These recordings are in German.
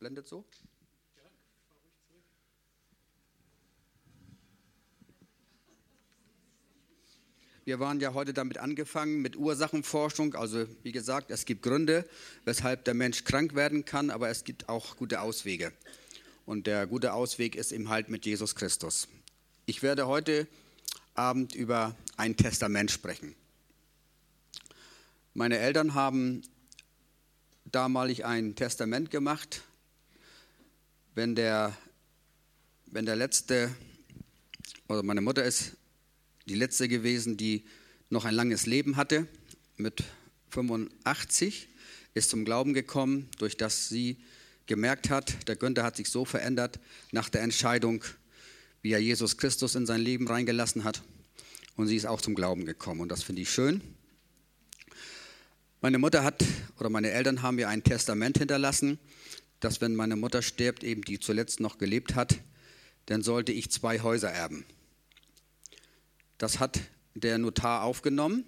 blendet so? Wir waren ja heute damit angefangen, mit Ursachenforschung. Also wie gesagt, es gibt Gründe, weshalb der Mensch krank werden kann, aber es gibt auch gute Auswege. Und der gute Ausweg ist eben halt mit Jesus Christus. Ich werde heute Abend über ein Testament sprechen. Meine Eltern haben damalig ein Testament gemacht. Wenn der letzte, oder meine Mutter ist die letzte gewesen, die noch ein langes Leben hatte, mit 85, ist zum Glauben gekommen, durch das sie gemerkt hat, der Günther hat sich so verändert nach der Entscheidung, wie er Jesus Christus in sein Leben reingelassen hat. Und sie ist auch zum Glauben gekommen und das finde ich schön. Meine Eltern haben mir ein Testament hinterlassen, dass wenn meine Mutter stirbt, eben die zuletzt noch gelebt hat, dann sollte ich 2 Häuser erben. Das hat der Notar aufgenommen.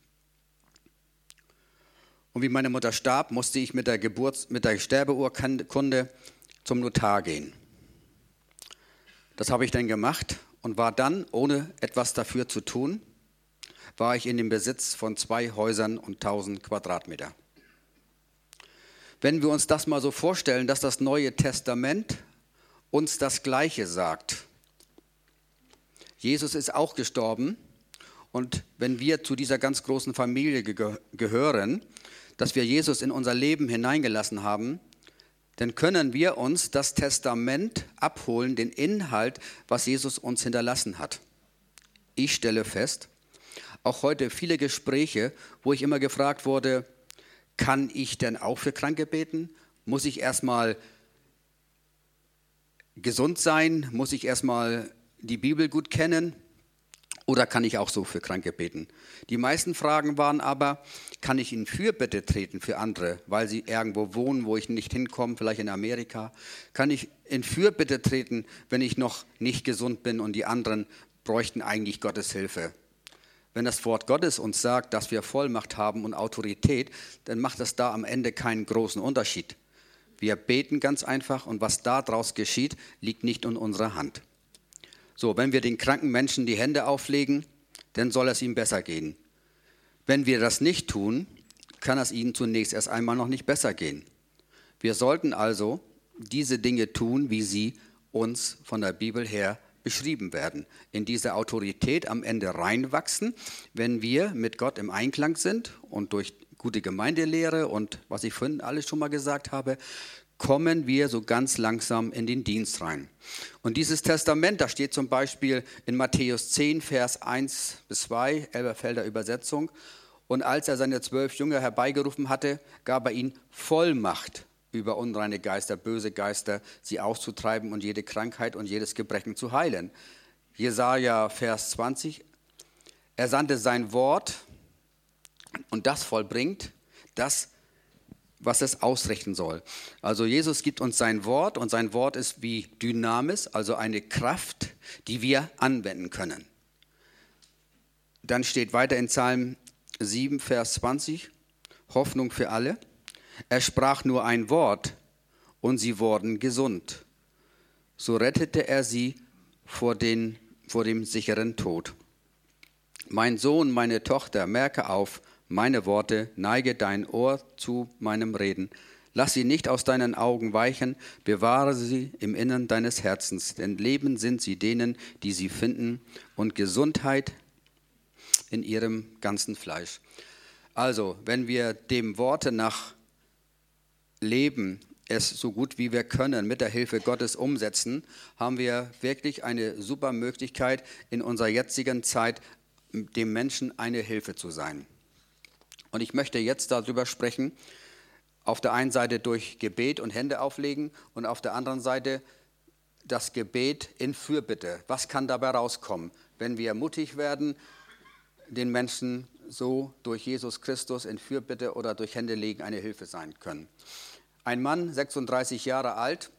Und wie meine Mutter starb, musste ich mit der Sterbeurkunde zum Notar gehen. Das habe ich dann gemacht und war dann, ohne etwas dafür zu tun, war ich in dem Besitz von 2 Häusern und 1000 Quadratmeter. Wenn wir uns das mal so vorstellen, dass das Neue Testament uns das Gleiche sagt. Jesus ist auch gestorben und wenn wir zu dieser ganz großen Familie gehören, dass wir Jesus in unser Leben hineingelassen haben, dann können wir uns das Testament abholen, den Inhalt, was Jesus uns hinterlassen hat. Ich stelle fest, auch heute viele Gespräche, wo ich immer gefragt wurde, kann ich denn auch für Kranke beten? Muss ich erstmal gesund sein? Muss ich erstmal die Bibel gut kennen? Oder kann ich auch so für Kranke beten? Die meisten Fragen waren aber, kann ich in Fürbitte treten für andere, weil sie irgendwo wohnen, wo ich nicht hinkomme, vielleicht in Amerika? Kann ich in Fürbitte treten, wenn ich noch nicht gesund bin und die anderen bräuchten eigentlich Gottes Hilfe? Wenn das Wort Gottes uns sagt, dass wir Vollmacht haben und Autorität, dann macht das da am Ende keinen großen Unterschied. Wir beten ganz einfach und was daraus geschieht, liegt nicht in unserer Hand. So, wenn wir den kranken Menschen die Hände auflegen, dann soll es ihm besser gehen. Wenn wir das nicht tun, kann es ihnen zunächst erst einmal noch nicht besser gehen. Wir sollten also diese Dinge tun, wie sie uns von der Bibel her beschrieben werden. In diese Autorität am Ende reinwachsen, wenn wir mit Gott im Einklang sind und durch gute Gemeindelehre und was ich vorhin alles schon mal gesagt habe, kommen wir so ganz langsam in den Dienst rein. Und dieses Testament, da steht zum Beispiel in Matthäus 10, Vers 1-2, Elberfelder Übersetzung. Und als er seine 12 Jünger herbeigerufen hatte, gab er ihnen Vollmacht über unreine Geister, böse Geister, sie auszutreiben und jede Krankheit und jedes Gebrechen zu heilen. Jesaja, Vers 20, er sandte sein Wort und das vollbringt, das was es ausrichten soll. Also Jesus gibt uns sein Wort und sein Wort ist wie Dynamis, also eine Kraft, die wir anwenden können. Dann steht weiter in Psalm 7, Vers 20, Hoffnung für alle. Er sprach nur ein Wort und sie wurden gesund. So rettete er sie vor dem sicheren Tod. Mein Sohn, meine Tochter, merke auf, meine Worte, neige dein Ohr zu meinem Reden. Lass sie nicht aus deinen Augen weichen, bewahre sie im Innern deines Herzens, denn Leben sind sie denen, die sie finden, und Gesundheit in ihrem ganzen Fleisch. Also, wenn wir dem Worte nach leben, es so gut wie wir können, mit der Hilfe Gottes umsetzen, haben wir wirklich eine super Möglichkeit, in unserer jetzigen Zeit dem Menschen eine Hilfe zu sein. Und ich möchte jetzt darüber sprechen, auf der einen Seite durch Gebet und Hände auflegen und auf der anderen Seite das Gebet in Fürbitte. Was kann dabei rauskommen, wenn wir mutig werden, den Menschen so durch Jesus Christus in Fürbitte oder durch Hände legen eine Hilfe sein können? Ein Mann, 36 Jahre alt,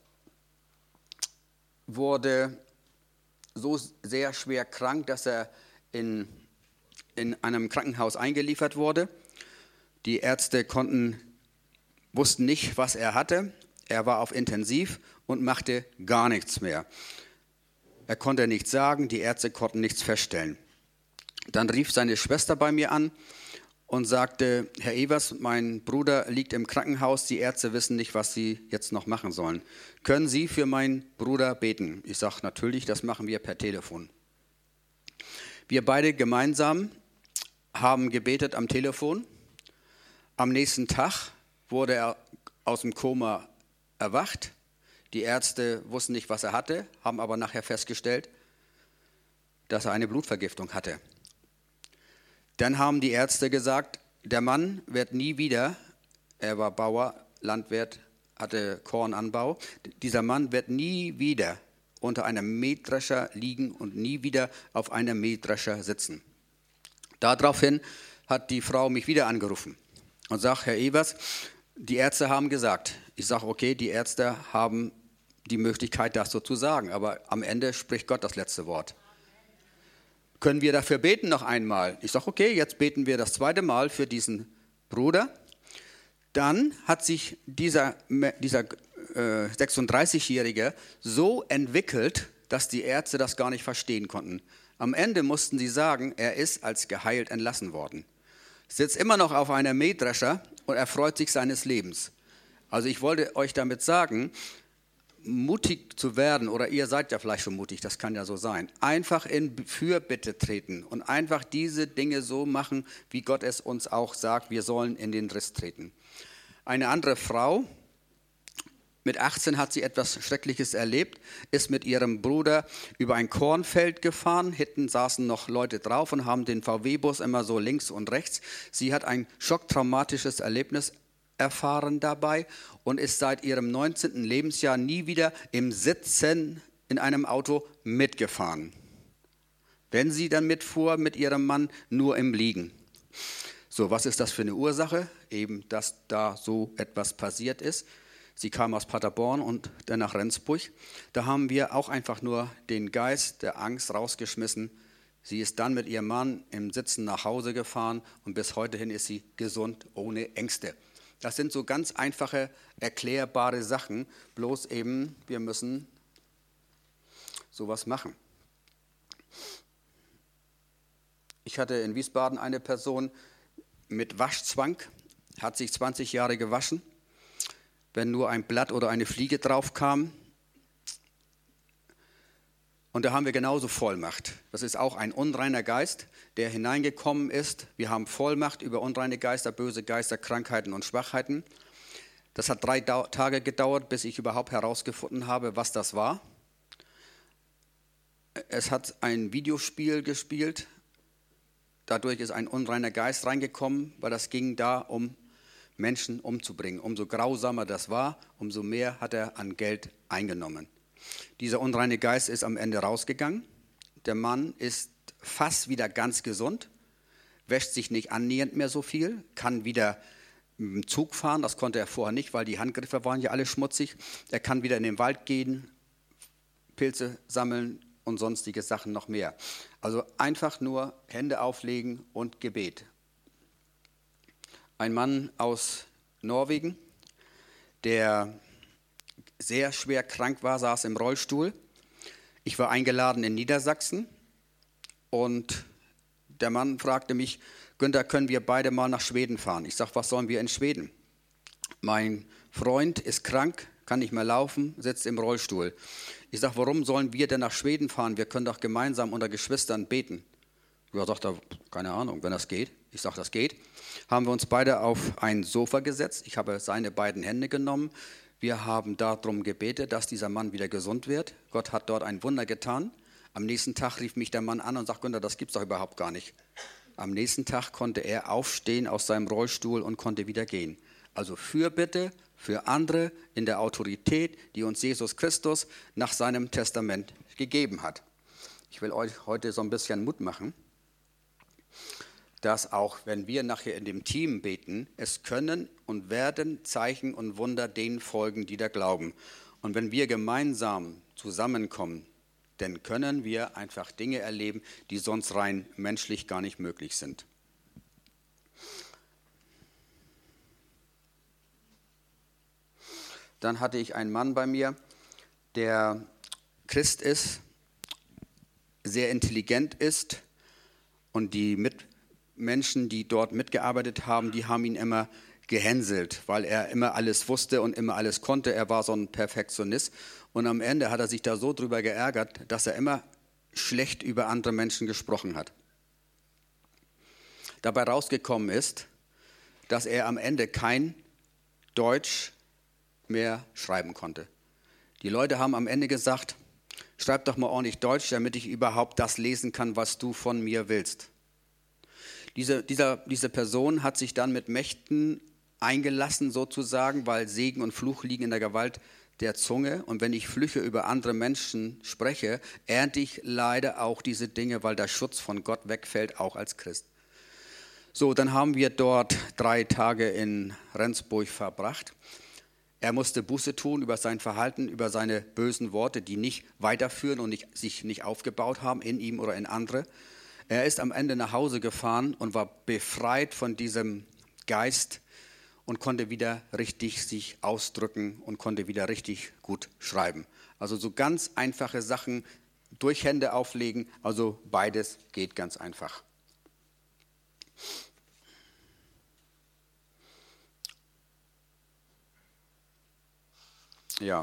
wurde so sehr schwer krank, dass er in einem Krankenhaus eingeliefert wurde. Die Ärzte wussten nicht, was er hatte. Er war auf Intensiv und machte gar nichts mehr. Er konnte nichts sagen, die Ärzte konnten nichts feststellen. Dann rief seine Schwester bei mir an und sagte, Herr Evers, mein Bruder liegt im Krankenhaus, die Ärzte wissen nicht, was sie jetzt noch machen sollen. Können Sie für meinen Bruder beten? Ich sage, natürlich, das machen wir per Telefon. Wir beide gemeinsam haben gebetet am Telefon. Am nächsten Tag wurde er aus dem Koma erwacht. Die Ärzte wussten nicht, was er hatte, haben aber nachher festgestellt, dass er eine Blutvergiftung hatte. Dann haben die Ärzte gesagt, der Mann wird nie wieder, er war Bauer, Landwirt, hatte Kornanbau, dieser Mann wird nie wieder unter einem Mähdrescher liegen und nie wieder auf einem Mähdrescher sitzen. Daraufhin hat die Frau mich wieder angerufen und sagt, Herr Evers, die Ärzte haben gesagt. Ich sage, okay, die Ärzte haben die Möglichkeit, das so zu sagen, aber am Ende spricht Gott das letzte Wort. Können wir dafür beten noch einmal? Ich sage, okay, jetzt beten wir das zweite Mal für diesen Bruder. Dann hat sich dieser 36-Jährige so entwickelt, dass die Ärzte das gar nicht verstehen konnten. Am Ende mussten sie sagen, er ist als geheilt entlassen worden. Sitzt immer noch auf einem Mähdrescher und er freut sich seines Lebens. Also ich wollte euch damit sagen, mutig zu werden, oder ihr seid ja vielleicht schon mutig, das kann ja so sein, einfach in Fürbitte treten und einfach diese Dinge so machen, wie Gott es uns auch sagt, wir sollen in den Riss treten. Eine andere Frau, mit 18 hat sie etwas Schreckliches erlebt, ist mit ihrem Bruder über ein Kornfeld gefahren, hinten saßen noch Leute drauf und haben den VW-Bus immer so links und rechts. Sie hat ein schocktraumatisches Erlebnis erfahren dabei und ist seit ihrem 19. Lebensjahr nie wieder im Sitzen in einem Auto mitgefahren. Wenn sie dann mitfuhr mit ihrem Mann, nur im Liegen. So, was ist das für eine Ursache? Eben, dass da so etwas passiert ist. Sie kam aus Paderborn und dann nach Rendsburg. Da haben wir auch einfach nur den Geist der Angst rausgeschmissen. Sie ist dann mit ihrem Mann im Sitzen nach Hause gefahren und bis heute hin ist sie gesund, ohne Ängste. Das sind so ganz einfache, erklärbare Sachen, bloß eben, wir müssen sowas machen. Ich hatte in Wiesbaden eine Person mit Waschzwang, hat sich 20 Jahre gewaschen. Wenn nur ein Blatt oder eine Fliege drauf kam. Und da haben wir genauso Vollmacht. Das ist auch ein unreiner Geist, der hineingekommen ist. Wir haben Vollmacht über unreine Geister, böse Geister, Krankheiten und Schwachheiten. Das hat 3 Tage gedauert, bis ich überhaupt herausgefunden habe, was das war. Es hat ein Videospiel gespielt. Dadurch ist ein unreiner Geist reingekommen, weil das ging da um Menschen umzubringen. Umso grausamer das war, umso mehr hat er an Geld eingenommen. Dieser unreine Geist ist am Ende rausgegangen. Der Mann ist fast wieder ganz gesund, wäscht sich nicht annähernd mehr so viel, kann wieder mit dem Zug fahren, das konnte er vorher nicht, weil die Handgriffe waren ja alle schmutzig. Er kann wieder in den Wald gehen, Pilze sammeln und sonstige Sachen noch mehr. Also einfach nur Hände auflegen und Gebet. Ein Mann aus Norwegen, der sehr schwer krank war, saß im Rollstuhl. Ich war eingeladen in Niedersachsen und der Mann fragte mich, Günther, können wir beide mal nach Schweden fahren? Ich sage, was sollen wir in Schweden? Mein Freund ist krank, kann nicht mehr laufen, sitzt im Rollstuhl. Ich sage, warum sollen wir denn nach Schweden fahren? Wir können doch gemeinsam unter Geschwistern beten. Ja, sagt er, keine Ahnung, wenn das geht. Ich sage, das geht. Haben wir uns beide auf ein Sofa gesetzt. Ich habe seine beiden Hände genommen. Wir haben darum gebetet, dass dieser Mann wieder gesund wird. Gott hat dort ein Wunder getan. Am nächsten Tag rief mich der Mann an und sagt, Günther, das gibt's doch überhaupt gar nicht. Am nächsten Tag konnte er aufstehen aus seinem Rollstuhl und konnte wieder gehen. Also Fürbitte für andere in der Autorität, die uns Jesus Christus nach seinem Testament gegeben hat. Ich will euch heute so ein bisschen Mut machen, dass auch wenn wir nachher in dem Team beten, es können und werden Zeichen und Wunder denen folgen, die da glauben. Und wenn wir gemeinsam zusammenkommen, dann können wir einfach Dinge erleben, die sonst rein menschlich gar nicht möglich sind. Dann hatte ich einen Mann bei mir, der Christ ist, sehr intelligent ist und die Mitmenschen, die dort mitgearbeitet haben, die haben ihn immer gehänselt, weil er immer alles wusste und immer alles konnte. Er war so ein Perfektionist und am Ende hat er sich da so drüber geärgert, dass er immer schlecht über andere Menschen gesprochen hat. Dabei rausgekommen ist, dass er am Ende kein Deutsch mehr schreiben konnte. Die Leute haben am Ende gesagt, schreib doch mal ordentlich Deutsch, damit ich überhaupt das lesen kann, was du von mir willst. Diese Person hat sich dann mit Mächten eingelassen sozusagen, weil Segen und Fluch liegen in der Gewalt der Zunge. Und wenn ich Flüche über andere Menschen spreche, ernte ich leider auch diese Dinge, weil der Schutz von Gott wegfällt, auch als Christ. So, dann haben wir dort 3 Tage in Rendsburg verbracht. Er musste Buße tun über sein Verhalten, über seine bösen Worte, die nicht weiterführen und sich nicht aufgebaut haben in ihm oder in andere. Er ist am Ende nach Hause gefahren und war befreit von diesem Geist und konnte wieder richtig sich ausdrücken und konnte wieder richtig gut schreiben. Also so ganz einfache Sachen durch Hände auflegen, also beides geht ganz einfach. Ja,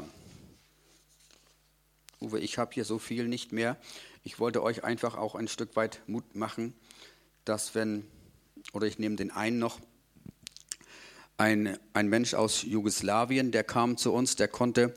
Uwe, ich habe hier so viel nicht mehr. Ich wollte euch einfach auch ein Stück weit Mut machen, dass ich nehme den einen noch, ein Mensch aus Jugoslawien, der kam zu uns, der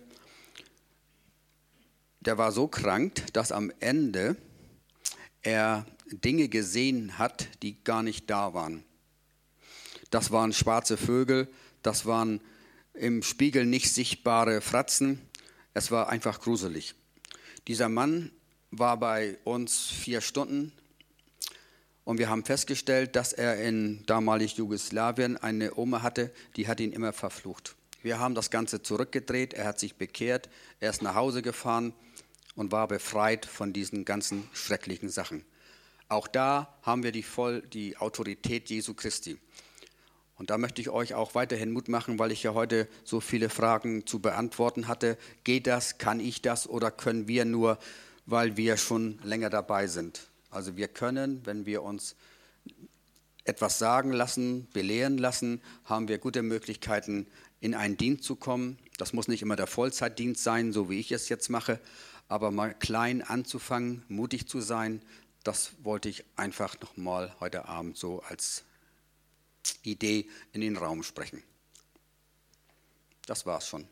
war so krank, dass am Ende er Dinge gesehen hat, die gar nicht da waren. Das waren schwarze Vögel, das waren im Spiegel nicht sichtbare Fratzen. Es war einfach gruselig. Dieser Mann war bei uns 4 Stunden und wir haben festgestellt, dass er in damalig Jugoslawien eine Oma hatte, die hat ihn immer verflucht. Wir haben das Ganze zurückgedreht, er hat sich bekehrt, er ist nach Hause gefahren und war befreit von diesen ganzen schrecklichen Sachen. Auch da haben wir die Autorität Jesu Christi. Und da möchte ich euch auch weiterhin Mut machen, weil ich ja heute so viele Fragen zu beantworten hatte. Geht das, kann ich das oder können wir nur, weil wir schon länger dabei sind? Also wir können, wenn wir uns etwas sagen lassen, belehren lassen, haben wir gute Möglichkeiten, in einen Dienst zu kommen. Das muss nicht immer der Vollzeitdienst sein, so wie ich es jetzt mache, aber mal klein anzufangen, mutig zu sein, das wollte ich einfach nochmal heute Abend so als Idee in den Raum sprechen. Das war's schon.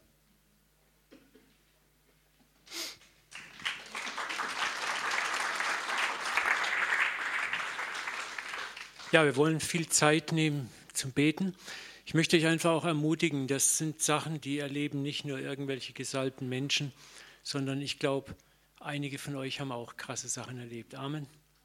Ja, wir wollen viel Zeit nehmen zum Beten. Ich möchte euch einfach auch ermutigen, das sind Sachen, die erleben nicht nur irgendwelche gesalbten Menschen, sondern ich glaube, einige von euch haben auch krasse Sachen erlebt. Amen.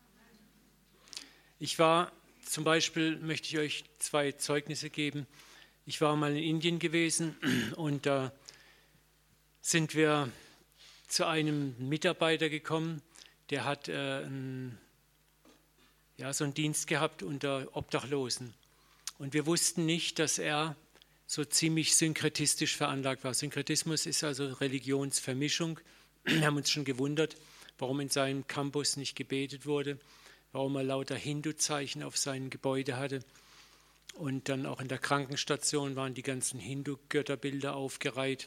Ich war zum Beispiel, möchte ich euch 2 Zeugnisse geben. Ich war mal in Indien gewesen und da sind wir zu einem Mitarbeiter gekommen, der hat so einen Dienst gehabt unter Obdachlosen. Und wir wussten nicht, dass er so ziemlich synkretistisch veranlagt war. Synkretismus ist also Religionsvermischung. Wir haben uns schon gewundert, warum in seinem Campus nicht gebetet wurde, warum er lauter Hindu-Zeichen auf seinem Gebäude hatte. Und dann auch in der Krankenstation waren die ganzen Hindu-Götterbilder aufgereiht.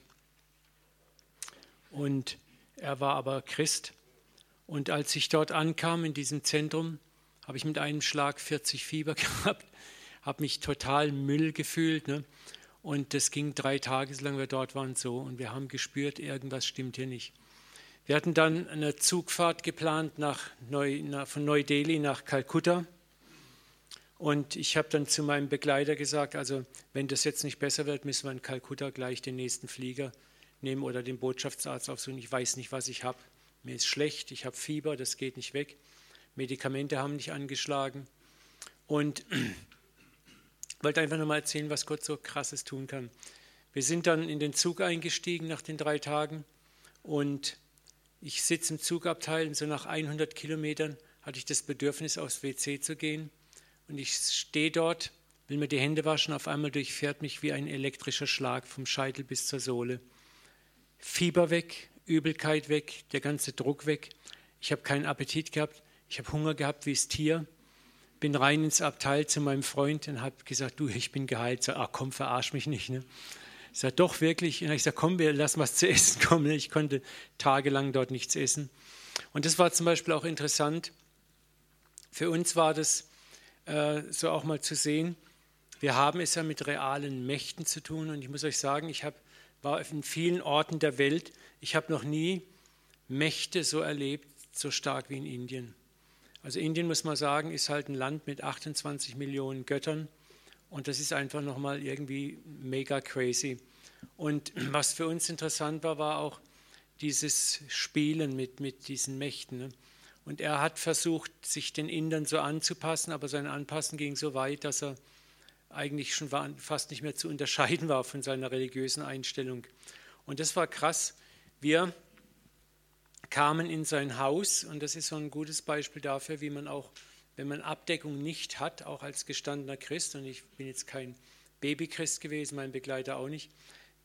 Und er war aber Christ. Und als ich dort ankam in diesem Zentrum, habe ich mit einem Schlag 40 Fieber gehabt, habe mich total Müll gefühlt. Ne? Und das ging 3 Tage, solange wir dort waren, so. Und wir haben gespürt, irgendwas stimmt hier nicht. Wir hatten dann eine Zugfahrt geplant von Neu-Delhi nach Kalkutta. Und ich habe dann zu meinem Begleiter gesagt, also wenn das jetzt nicht besser wird, müssen wir in Kalkutta gleich den nächsten Flieger nehmen oder den Botschaftsarzt aufsuchen. Ich weiß nicht, was ich habe. Mir ist schlecht, ich habe Fieber, das geht nicht weg. Medikamente haben nicht angeschlagen. Und ich wollte einfach nochmal erzählen, was Gott so Krasses tun kann. Wir sind dann in den Zug eingestiegen nach den 3 Tagen und ich sitze im Zugabteil und so nach 100 Kilometern hatte ich das Bedürfnis, aufs WC zu gehen. Und ich stehe dort will mir die Hände waschen, auf einmal durchfährt mich wie ein elektrischer Schlag vom Scheitel bis zur Sohle. Fieber weg, Übelkeit weg, der ganze Druck weg. Ich habe keinen Appetit gehabt, ich habe Hunger gehabt wie das Tier. Bin rein ins Abteil zu meinem Freund und habe gesagt, du, ich bin geheilt. Sag, ach komm, verarsch mich nicht. Ne? Ich sage, doch wirklich. Und ich sage, komm, wir lassen was zu essen kommen. Ich konnte tagelang dort nichts essen. Und das war zum Beispiel auch interessant. Für uns war das so auch mal zu sehen, wir haben es ja mit realen Mächten zu tun. Und ich muss euch sagen, war in vielen Orten der Welt, ich habe noch nie Mächte so erlebt, so stark wie in Indien. Also Indien, muss man sagen, ist halt ein Land mit 28 Millionen Göttern und das ist einfach nochmal irgendwie mega crazy. Und was für uns interessant war, war auch dieses Spielen mit diesen Mächten. Ne? Und er hat versucht, sich den Indern so anzupassen, aber sein Anpassen ging so weit, dass er eigentlich schon fast nicht mehr zu unterscheiden war von seiner religiösen Einstellung. Und das war krass. Wir kamen in sein Haus und das ist so ein gutes Beispiel dafür, wie man auch, wenn man Abdeckung nicht hat, auch als gestandener Christ, und ich bin jetzt kein Babychrist gewesen, mein Begleiter auch nicht,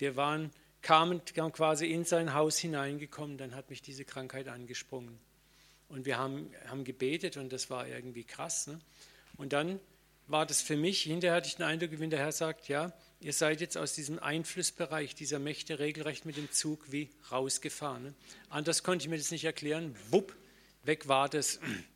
kamen quasi in sein Haus hineingekommen, dann hat mich diese Krankheit angesprungen. Und wir haben gebetet und das war irgendwie krass. Ne? Und dann war das für mich, hinterher hatte ich den Eindruck, wenn der Herr sagt, ja, ihr seid jetzt aus diesem Einflussbereich dieser Mächte regelrecht mit dem Zug wie rausgefahren. Ne? Anders konnte ich mir das nicht erklären. Wupp, weg war das.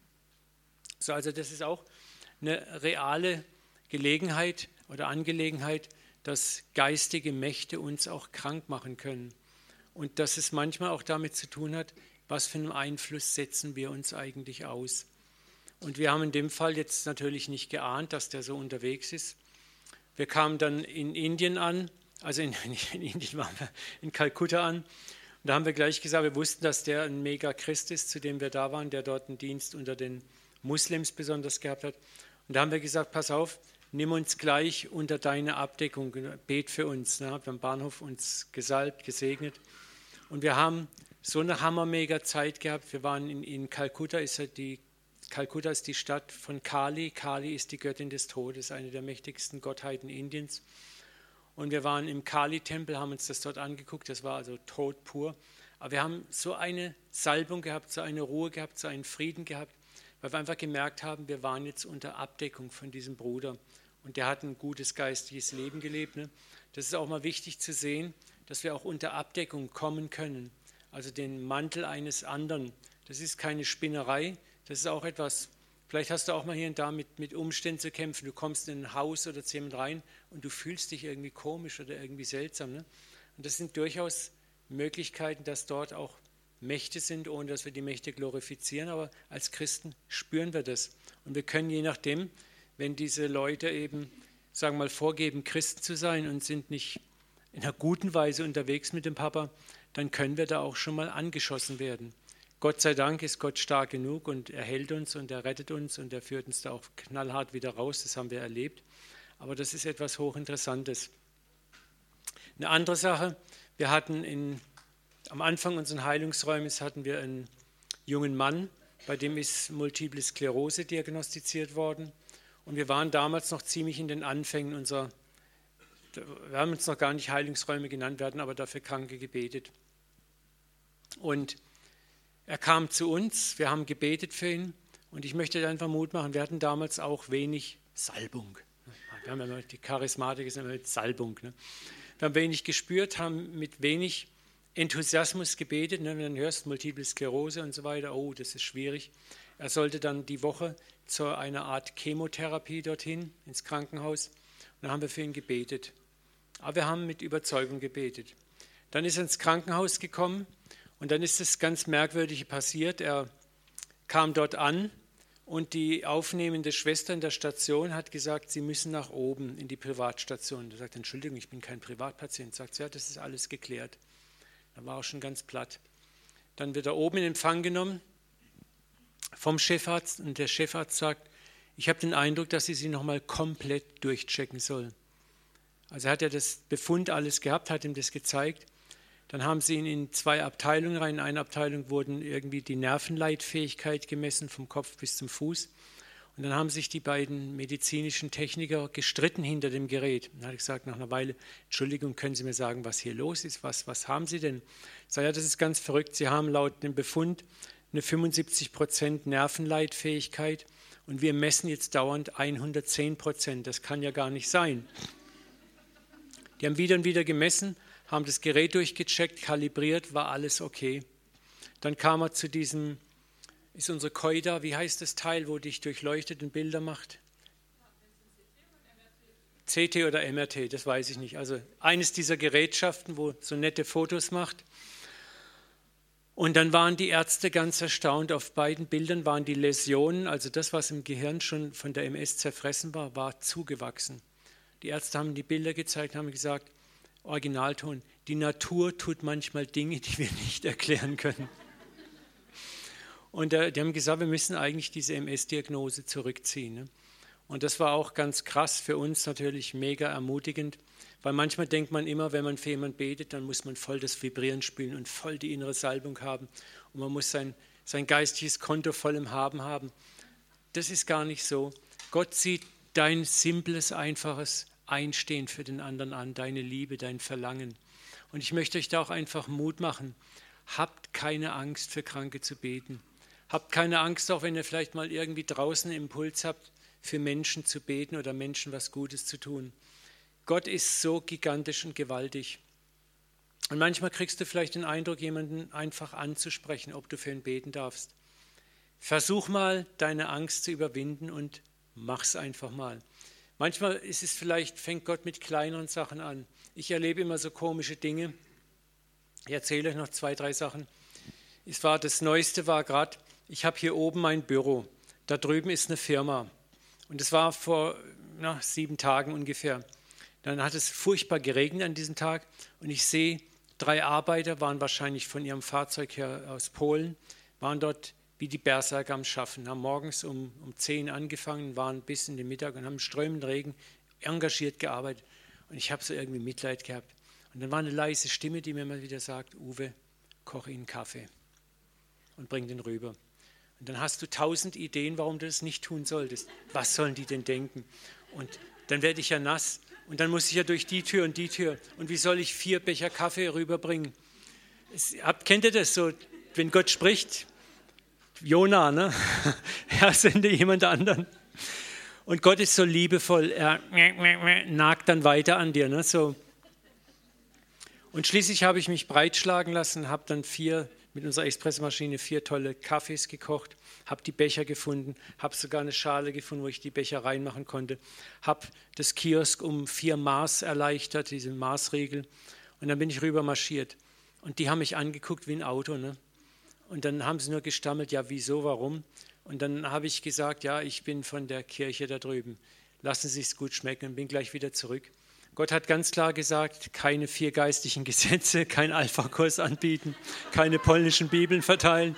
So, also das ist auch eine reale Gelegenheit oder Angelegenheit, dass geistige Mächte uns auch krank machen können. Und dass es manchmal auch damit zu tun hat, was für einen Einfluss setzen wir uns eigentlich aus. Und wir haben in dem Fall jetzt natürlich nicht geahnt, dass der so unterwegs ist. Wir kamen dann in Indien an, also in Indien waren wir in Kalkutta an. Und da haben wir gleich gesagt, wir wussten, dass der ein Mega-Christ ist, zu dem wir da waren, der dort einen Dienst unter den Muslims besonders gehabt hat. Und da haben wir gesagt, pass auf, nimm uns gleich unter deine Abdeckung, bet für uns. Wir haben am Bahnhof uns gesalbt, gesegnet. Und wir haben so eine hammermega Zeit gehabt. Wir waren in Kalkutta, Kalkutta ist die Stadt von Kali. Kali ist die Göttin des Todes, eine der mächtigsten Gottheiten Indiens. Und wir waren im Kali-Tempel, haben uns das dort angeguckt. Das war also Tod pur. Aber wir haben so eine Salbung gehabt, so eine Ruhe gehabt, so einen Frieden gehabt, weil wir einfach gemerkt haben, wir waren jetzt unter Abdeckung von diesem Bruder. Und der hat ein gutes geistiges Leben gelebt. Ne? Das ist auch mal wichtig zu sehen, dass wir auch unter Abdeckung kommen können. Also den Mantel eines anderen. Das ist keine Spinnerei. Das ist auch etwas, vielleicht hast du auch mal hier und da mit Umständen zu kämpfen. Du kommst in ein Haus oder zu jemandem rein und du fühlst dich irgendwie komisch oder irgendwie seltsam. Ne? Und das sind durchaus Möglichkeiten, dass dort auch Mächte sind, ohne dass wir die Mächte glorifizieren. Aber als Christen spüren wir das. Und wir können je nachdem, wenn diese Leute eben, sagen wir mal, vorgeben, Christen zu sein und sind nicht in einer guten Weise unterwegs mit dem Papa, dann können wir da auch schon mal angeschossen werden. Gott sei Dank ist Gott stark genug und er hält uns und er rettet uns und er führt uns da auch knallhart wieder raus, das haben wir erlebt. Aber das ist etwas Hochinteressantes. Eine andere Sache, wir hatten am Anfang unseres Heilungsräumes hatten wir einen jungen Mann, bei dem ist Multiple Sklerose diagnostiziert worden. Und wir waren damals noch ziemlich in den Anfängen wir haben uns noch gar nicht Heilungsräume genannt, wir hatten aber dafür Kranke gebetet. Und er kam zu uns, wir haben gebetet für ihn und ich möchte einfach Mut machen, wir hatten damals auch wenig Salbung. Wir haben immer die Charismatik ist immer mit Salbung. Ne? Wir haben wenig gespürt, haben mit wenig Enthusiasmus gebetet. Ne? Wenn du dann hörst, Multiple Sklerose und so weiter, oh, das ist schwierig. Er sollte dann die Woche zu einer Art Chemotherapie dorthin, ins Krankenhaus. Und dann haben wir für ihn gebetet. Aber wir haben mit Überzeugung gebetet. Dann ist er ins Krankenhaus gekommen und dann ist das ganz Merkwürdige passiert. Er kam dort an und die aufnehmende Schwester in der Station hat gesagt, Sie müssen nach oben in die Privatstation. Er sagt, Entschuldigung, ich bin kein Privatpatient. Sagt sie, ja, das ist alles geklärt. Da war er schon ganz platt. Dann wird er oben in Empfang genommen vom Chefarzt und der Chefarzt sagt, ich habe den Eindruck, dass Sie sie nochmal komplett durchchecken sollen. Also hat er das Befund alles gehabt, hat ihm das gezeigt. Dann haben sie ihn in 2 Abteilungen rein. In einer Abteilung wurden irgendwie die Nervenleitfähigkeit gemessen, vom Kopf bis zum Fuß. Und dann haben sich die beiden medizinischen Techniker gestritten hinter dem Gerät. Dann habe ich gesagt, nach einer Weile, Entschuldigung, können Sie mir sagen, was hier los ist? Was haben Sie denn? Ich sage, ja, das ist ganz verrückt. Sie haben laut dem Befund eine 75% Nervenleitfähigkeit und wir messen jetzt dauernd 110%. Das kann ja gar nicht sein. Die haben wieder und wieder gemessen, haben das Gerät durchgecheckt, kalibriert, war alles okay. Dann kam er zu diesem, ist unsere Koida, wie heißt das Teil, wo dich durchleuchtet und Bilder macht? CT oder MRT, das weiß ich nicht. Also eines dieser Gerätschaften, wo so nette Fotos macht. Und dann waren die Ärzte ganz erstaunt. Auf beiden Bildern waren die Läsionen, also das, was im Gehirn schon von der MS zerfressen war, war zugewachsen. Die Ärzte haben die Bilder gezeigt, haben gesagt, Originalton, die Natur tut manchmal Dinge, die wir nicht erklären können. Und die haben gesagt, wir müssen eigentlich diese MS-Diagnose zurückziehen. Ne? Und das war auch ganz krass für uns natürlich mega ermutigend, weil manchmal denkt man immer, wenn man für jemanden betet, dann muss man voll das Vibrieren spüren und voll die innere Salbung haben und man muss sein geistiges Konto voll im haben. Das ist gar nicht so. Gott sieht dein simples, einfaches Einstehen für den anderen an, deine Liebe, dein Verlangen. Und ich möchte euch da auch einfach Mut machen. Habt keine Angst, für Kranke zu beten. Habt keine Angst, auch wenn ihr vielleicht mal irgendwie draußen einen Impuls habt, für Menschen zu beten oder Menschen was Gutes zu tun. Gott ist so gigantisch und gewaltig. Und manchmal kriegst du vielleicht den Eindruck, jemanden einfach anzusprechen, ob du für ihn beten darfst. Versuch mal, deine Angst zu überwinden und mach's einfach mal. Manchmal ist es vielleicht, fängt Gott mit kleineren Sachen an. Ich erlebe immer so komische Dinge. Ich erzähle euch noch 2, 3 Sachen. Das Neueste war gerade, ich habe hier oben mein Büro. Da drüben ist eine Firma. Und es war vor 7 Tagen ungefähr. Dann hat es furchtbar geregnet an diesem Tag. Und ich sehe, 3 Arbeiter waren wahrscheinlich von ihrem Fahrzeug her aus Polen, waren dort wie die Berserker am Schaffen. Haben morgens um 10 angefangen, waren bis in den Mittag und haben strömenden Regen engagiert gearbeitet. Und ich habe so irgendwie Mitleid gehabt. Und dann war eine leise Stimme, die mir mal wieder sagt, Uwe, koche ihnen Kaffee und bring den rüber. Und dann hast du 1000 Ideen, warum du das nicht tun solltest. Was sollen die denn denken? Und dann werde ich ja nass. Und dann muss ich ja durch die Tür und die Tür. Und wie soll ich 4 Becher Kaffee rüberbringen? Kennt ihr das so, wenn Gott spricht? Jona, ne? Er sende jemand anderen. Und Gott ist so liebevoll. Er nagt dann weiter an dir. Ne? So. Und schließlich habe ich mich breitschlagen lassen, habe dann mit unserer Espressomaschine 4 tolle Kaffees gekocht, habe die Becher gefunden, habe sogar eine Schale gefunden, wo ich die Becher reinmachen konnte, habe das Kiosk um 4 Maß erleichtert, diese Maßregel, und dann bin ich rüber marschiert. Und die haben mich angeguckt wie ein Auto. Ne? Und dann haben sie nur gestammelt, ja, wieso, warum? Und dann habe ich gesagt, ja, ich bin von der Kirche da drüben, lassen Sie es gut schmecken und bin gleich wieder zurück. Gott hat ganz klar gesagt, keine 4 geistlichen Gesetze, kein Alpha-Kurs anbieten, keine polnischen Bibeln verteilen.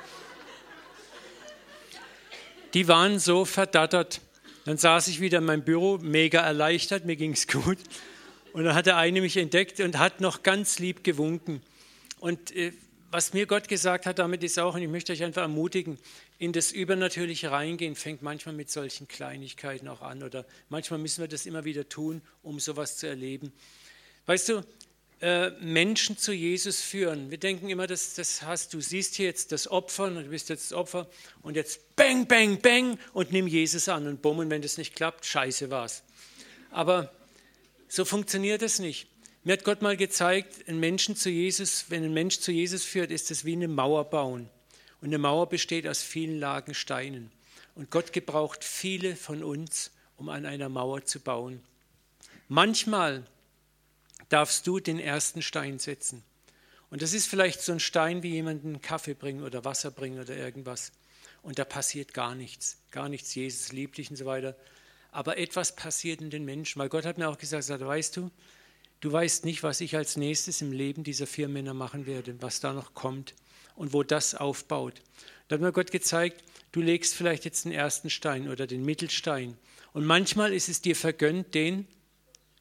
Die waren so verdattert. Dann saß ich wieder in meinem Büro, mega erleichtert, mir ging es gut. Und dann hat der eine mich entdeckt und hat noch ganz lieb gewunken. Und was mir Gott gesagt hat, damit ist auch, und ich möchte euch einfach ermutigen, in das Übernatürliche reingehen, fängt manchmal mit solchen Kleinigkeiten auch an. Oder manchmal müssen wir das immer wieder tun, um sowas zu erleben. Weißt du, Menschen zu Jesus führen. Wir denken immer, du siehst hier jetzt das Opfer, und du bist jetzt das Opfer, und jetzt bang, bang, bang, und nimm Jesus an und bumm, und wenn das nicht klappt, scheiße war's. Aber so funktioniert das nicht. Mir hat Gott mal gezeigt, wenn ein Mensch zu Jesus führt, ist es wie eine Mauer bauen. Und eine Mauer besteht aus vielen Lagen Steinen. Und Gott gebraucht viele von uns, um an einer Mauer zu bauen. Manchmal darfst du den ersten Stein setzen. Und das ist vielleicht so ein Stein, wie jemanden Kaffee bringen oder Wasser bringen oder irgendwas. Und da passiert gar nichts. Gar nichts, Jesus liebt dich und so weiter. Aber etwas passiert in den Menschen. Weil Gott hat mir auch gesagt, weißt du, du weißt nicht, was ich als nächstes im Leben dieser 4 Männer machen werde, was da noch kommt und wo das aufbaut. Da hat mir Gott gezeigt, du legst vielleicht jetzt den ersten Stein oder den Mittelstein. Und manchmal ist es dir vergönnt, den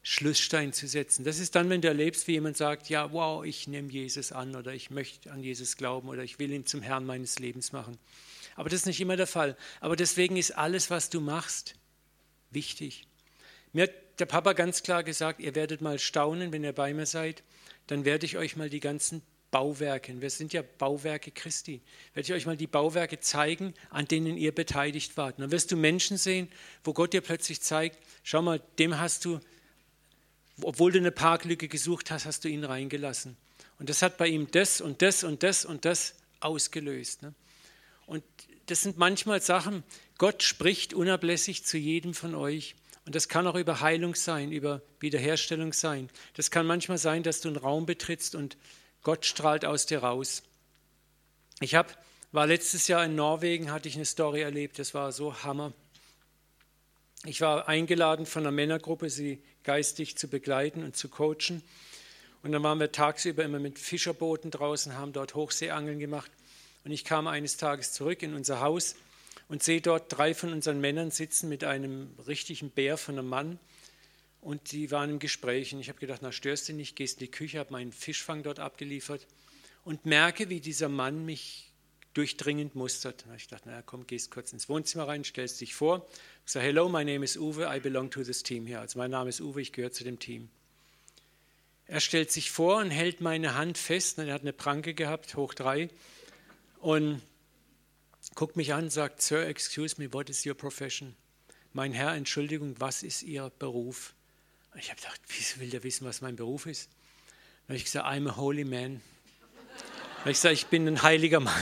Schlussstein zu setzen. Das ist dann, wenn du erlebst, wie jemand sagt, ja, wow, ich nehme Jesus an oder ich möchte an Jesus glauben oder ich will ihn zum Herrn meines Lebens machen. Aber das ist nicht immer der Fall. Aber deswegen ist alles, was du machst, wichtig. Mir hat der Papa ganz klar gesagt, ihr werdet mal staunen, wenn ihr bei mir seid, dann werde ich euch mal die ganzen Bauwerke, wir sind ja Bauwerke Christi, werde ich euch mal die Bauwerke zeigen, an denen ihr beteiligt wart. Und dann wirst du Menschen sehen, wo Gott dir plötzlich zeigt, schau mal, dem hast du, obwohl du eine Parklücke gesucht hast, hast du ihn reingelassen. Und das hat bei ihm das und das und das und das ausgelöst. Ne? Und das sind manchmal Sachen, Gott spricht unablässig zu jedem von euch. Und das kann auch über Heilung sein, über Wiederherstellung sein. Das kann manchmal sein, dass du einen Raum betrittst und Gott strahlt aus dir raus. War letztes Jahr in Norwegen, hatte ich eine Story erlebt, das war so Hammer. Ich war eingeladen von einer Männergruppe, sie geistig zu begleiten und zu coachen. Und dann waren wir tagsüber immer mit Fischerbooten draußen, haben dort Hochseeangeln gemacht. Und ich kam eines Tages zurück in unser Haus und sehe dort 3 von unseren Männern sitzen mit einem richtigen Bär von einem Mann. Und die waren im Gespräch. Und ich habe gedacht, na störst du nicht, gehst in die Küche, habe meinen Fischfang dort abgeliefert und merke, wie dieser Mann mich durchdringend mustert. Da habe ich gedacht, na komm, gehst kurz ins Wohnzimmer rein, stellst dich vor. Ich sage, hello, my name is Uwe, I belong to this team here. Also mein Name ist Uwe, ich gehöre zu dem Team. Er stellt sich vor und hält meine Hand fest. Er hat eine Pranke gehabt, hoch 3. Und guckt mich an und sagt, Sir, excuse me, what is your profession? Mein Herr, Entschuldigung, was ist Ihr Beruf? Und ich habe gedacht, wieso will der wissen, was mein Beruf ist? Dann habe ich gesagt, I'm a holy man. Dann habe ich gesagt, ich bin ein heiliger Mann.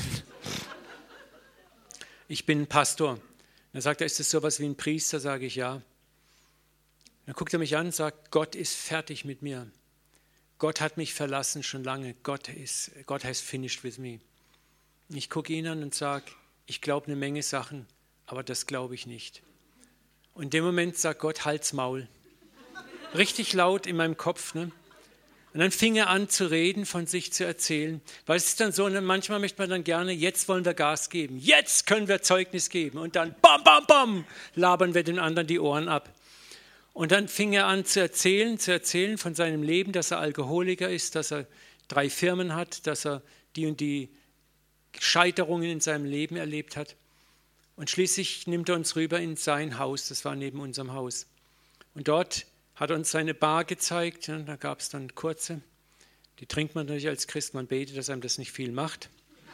Ich bin ein Pastor. Dann sagt er, ist das sowas wie ein Priester? Sage ich, ja. Dann guckt er mich an und sagt, Gott ist fertig mit mir. Gott hat mich verlassen schon lange. God has finished with me. Ich gucke ihn an und sage, ich glaube eine Menge Sachen, aber das glaube ich nicht. Und in dem Moment sagt Gott, halt's Maul. Richtig laut in meinem Kopf. Ne? Und dann fing er an zu reden, von sich zu erzählen. Weil es ist dann so, manchmal möchte man dann gerne, jetzt wollen wir Gas geben, jetzt können wir Zeugnis geben. Und dann bam, bam, bam, labern wir den anderen die Ohren ab. Und dann fing er an zu erzählen von seinem Leben, dass er Alkoholiker ist, dass er 3 Firmen hat, dass er die und die Scheiterungen in seinem Leben erlebt hat. Und schließlich nimmt er uns rüber in sein Haus, das war neben unserem Haus. Und dort hat er uns seine Bar gezeigt, ja, da gab es dann kurze, die trinkt man natürlich als Christ, man betet, dass einem das nicht viel macht.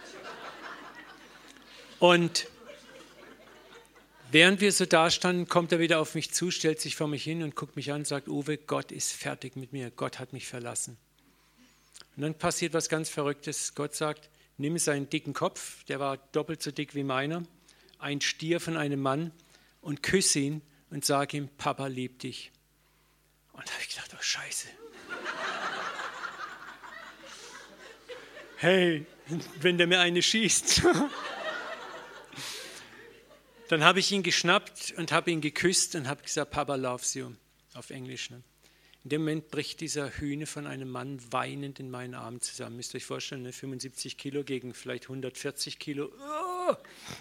Und während wir so da standen, kommt er wieder auf mich zu, stellt sich vor mich hin und guckt mich an und sagt, Uwe, Gott ist fertig mit mir, Gott hat mich verlassen. Und dann passiert was ganz Verrücktes, Gott sagt, nimm seinen dicken Kopf, der war doppelt so dick wie meiner, ein Stier von einem Mann und küsse ihn und sag ihm, Papa liebt dich. Und da habe ich gedacht, oh Scheiße. Hey, wenn der mir eine schießt. Dann habe ich ihn geschnappt und habe ihn geküsst und habe gesagt, Papa loves you, auf Englisch. Ne? In dem Moment bricht dieser Hühne von einem Mann weinend in meinen Armen zusammen. Müsst ihr euch vorstellen, ne? 75 Kilo gegen vielleicht 140 Kilo. Oh!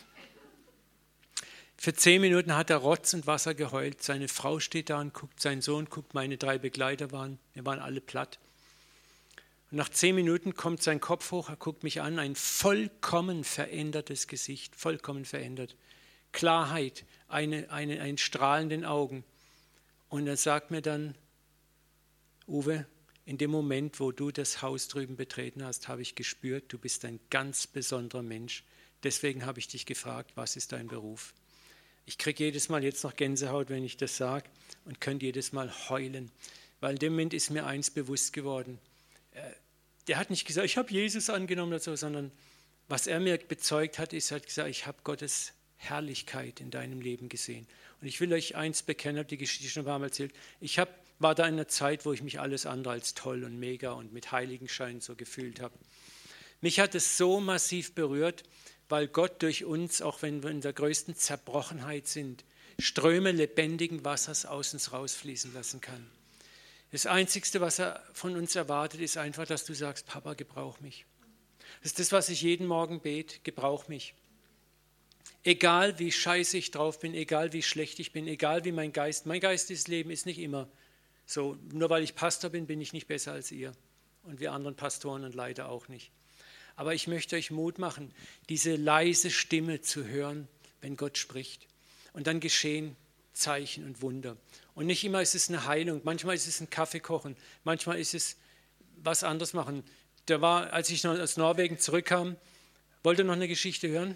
Für 10 Minuten hat er Rotz und Wasser geheult. Seine Frau steht da und guckt, sein Sohn guckt, meine 3 Begleiter wir waren alle platt. Und nach 10 Minuten kommt sein Kopf hoch, er guckt mich an, ein vollkommen verändertes Gesicht, vollkommen verändert. Klarheit, ein Strahlen in den Augen. Und er sagt mir dann, Uwe, in dem Moment, wo du das Haus drüben betreten hast, habe ich gespürt, du bist ein ganz besonderer Mensch. Deswegen habe ich dich gefragt, was ist dein Beruf? Ich kriege jedes Mal jetzt noch Gänsehaut, wenn ich das sage und könnte jedes Mal heulen. Weil in dem Moment ist mir eins bewusst geworden. Der hat nicht gesagt, ich habe Jesus angenommen oder so, sondern was er mir bezeugt hat, ist, er hat gesagt, ich habe Gottes Herrlichkeit in deinem Leben gesehen. Und ich will euch eins bekennen, habe die Geschichte schon ein paar Mal erzählt. Ich war da in einer Zeit, wo ich mich alles andere als toll und mega und mit Heiligenschein so gefühlt habe. Mich hat es so massiv berührt, weil Gott durch uns, auch wenn wir in der größten Zerbrochenheit sind, Ströme lebendigen Wassers aus uns rausfließen lassen kann. Das Einzige, was er von uns erwartet, ist einfach, dass du sagst, Papa, gebrauch mich. Das ist das, was ich jeden Morgen bete, gebrauch mich. Egal wie scheiße ich drauf bin, egal wie schlecht ich bin, egal wie mein geistliches Leben ist nicht immer So, nur weil ich Pastor bin, bin ich nicht besser als ihr. Und wir anderen Pastoren und Leiter auch nicht. Aber ich möchte euch Mut machen, diese leise Stimme zu hören, wenn Gott spricht. Und dann geschehen Zeichen und Wunder. Und nicht immer ist es eine Heilung, manchmal ist es ein Kaffee kochen, manchmal ist es was anderes machen. Da war, als ich noch aus Norwegen zurückkam, wollt ihr noch eine Geschichte hören?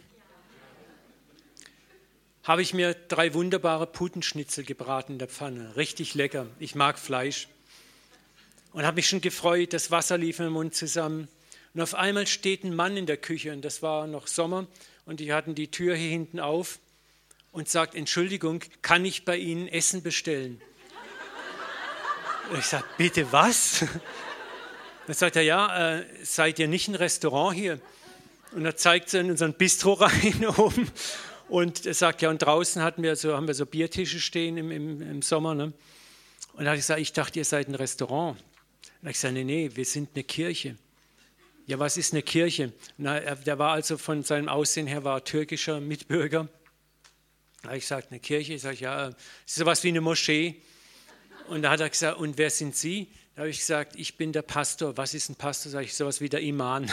Habe ich mir 3 wunderbare Putenschnitzel gebraten in der Pfanne. Richtig lecker. Ich mag Fleisch. Und habe mich schon gefreut, das Wasser lief im Mund zusammen. Und auf einmal steht ein Mann in der Küche, und das war noch Sommer, und die hatten die Tür hier hinten auf und sagt, Entschuldigung, kann ich bei Ihnen Essen bestellen? Und ich sage, bitte was? Dann sagt er, ja, seid ihr nicht ein Restaurant hier? Und er zeigt so in unseren Bistro rein oben. Und er sagt, ja, und draußen haben wir so Biertische stehen im Sommer. Ne? Und da habe ich gesagt, ich dachte, ihr seid ein Restaurant. Und da habe ich gesagt, nee, wir sind eine Kirche. Ja, was ist eine Kirche? Na, der war also von seinem Aussehen her war türkischer Mitbürger. Da habe ich gesagt, eine Kirche? Ich sage, ja, es ist sowas wie eine Moschee. Und da hat er gesagt, und wer sind Sie? Da habe ich gesagt, ich bin der Pastor. Was ist ein Pastor? Sage ich, sowas wie der Imam.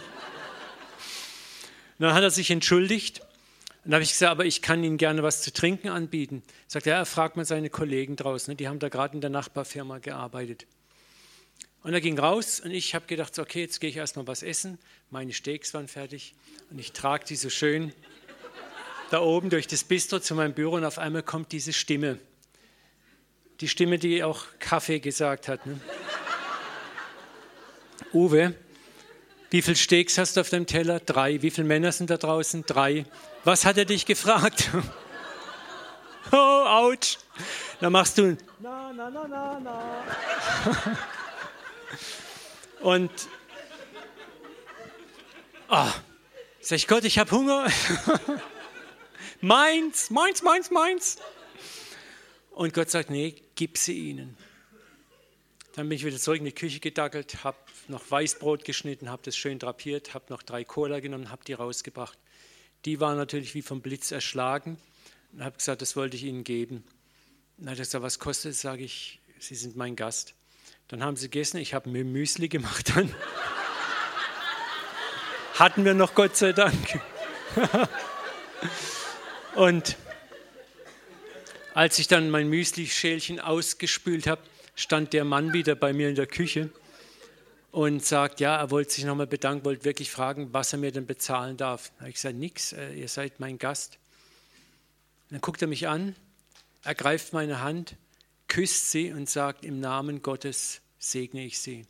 Dann hat er sich entschuldigt. Und da habe ich gesagt, aber ich kann Ihnen gerne was zu trinken anbieten. Sagt er, fragt mal seine Kollegen draußen, die haben da gerade in der Nachbarfirma gearbeitet. Und er ging raus und ich habe gedacht, okay, jetzt gehe ich erstmal was essen. Meine Steaks waren fertig und ich trage die so schön da oben durch das Bistro zu meinem Büro und auf einmal kommt diese Stimme. Die Stimme, die auch Kaffee gesagt hat. Ne? Uwe, wie viele Steaks hast du auf deinem Teller? 3. Wie viele Männer sind da draußen? 3. Was hat er dich gefragt? Oh, ouch. Dann machst du na. Und sag ich, Gott, ich habe Hunger. Meins. Und Gott sagt, nee, gib sie ihnen. Dann bin ich wieder zurück in die Küche gedackelt, habe noch Weißbrot geschnitten, habe das schön drapiert, habe noch 3 Cola genommen, habe die rausgebracht. Die waren natürlich wie vom Blitz erschlagen und habe gesagt, das wollte ich ihnen geben. Dann hat er gesagt, was kostet es? Sage ich, Sie sind mein Gast. Dann haben sie gegessen, ich habe mir Müsli gemacht. Dann hatten wir noch, Gott sei Dank. Und als ich dann mein Müsli-Schälchen ausgespült habe, stand der Mann wieder bei mir in der Küche und sagt, ja, er wollte sich nochmal bedanken, wollte wirklich fragen, was er mir denn bezahlen darf. Da habe ich gesagt, nix, ihr seid mein Gast. Und dann guckt er mich an, ergreift meine Hand, küsst sie und sagt, im Namen Gottes segne ich sie.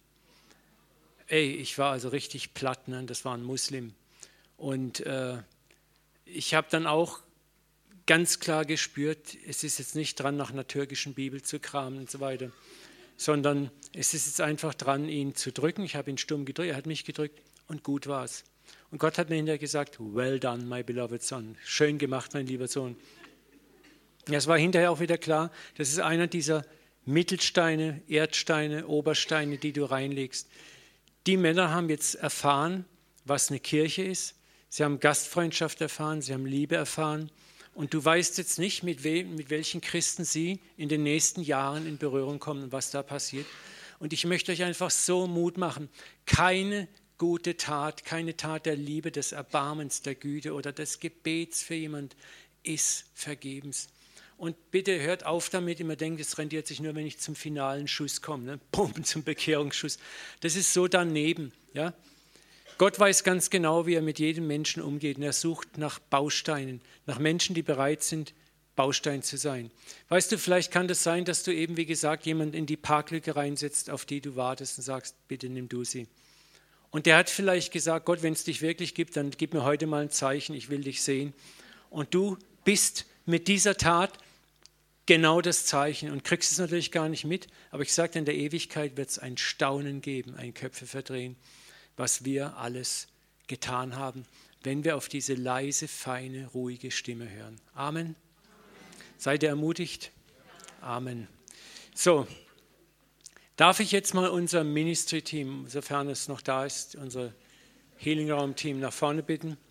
Ich war also richtig platt, ne? Das war ein Muslim. Und ich habe dann auch ganz klar gespürt, es ist jetzt nicht dran, nach einer türkischen Bibel zu kramen und so weiter, sondern es ist jetzt einfach dran, ihn zu drücken. Ich habe ihn stumm gedrückt, er hat mich gedrückt und gut war es. Und Gott hat mir hinterher gesagt, well done, my beloved son. Schön gemacht, mein lieber Sohn. Ja, es war hinterher auch wieder klar, das ist einer dieser Mittelsteine, Erdsteine, Obersteine, die du reinlegst. Die Männer haben jetzt erfahren, was eine Kirche ist. Sie haben Gastfreundschaft erfahren, sie haben Liebe erfahren. Und du weißt jetzt nicht, mit welchen Christen sie in den nächsten Jahren in Berührung kommen und was da passiert. Und ich möchte euch einfach so Mut machen. Keine gute Tat, keine Tat der Liebe, des Erbarmens, der Güte oder des Gebets für jemand ist vergebens. Und bitte hört auf damit, immer denkt, es rentiert sich nur, wenn ich zum finalen Schuss komme, ne? Pumpen zum Bekehrungsschuss. Das ist so daneben, ja. Gott weiß ganz genau, wie er mit jedem Menschen umgeht und er sucht nach Bausteinen, nach Menschen, die bereit sind, Baustein zu sein. Weißt du, vielleicht kann das sein, dass du eben, wie gesagt, jemanden in die Parklücke reinsetzt, auf die du wartest und sagst, bitte nimm du sie. Und der hat vielleicht gesagt, Gott, wenn es dich wirklich gibt, dann gib mir heute mal ein Zeichen, ich will dich sehen. Und du bist mit dieser Tat genau das Zeichen und kriegst es natürlich gar nicht mit, aber ich sage, in der Ewigkeit wird es ein Staunen geben, ein Köpfe verdrehen, was wir alles getan haben, wenn wir auf diese leise, feine, ruhige Stimme hören. Amen. Seid ihr ermutigt? Amen. So, darf ich jetzt mal unser Ministry-Team, sofern es noch da ist, unser Healing-Raum-Team nach vorne bitten?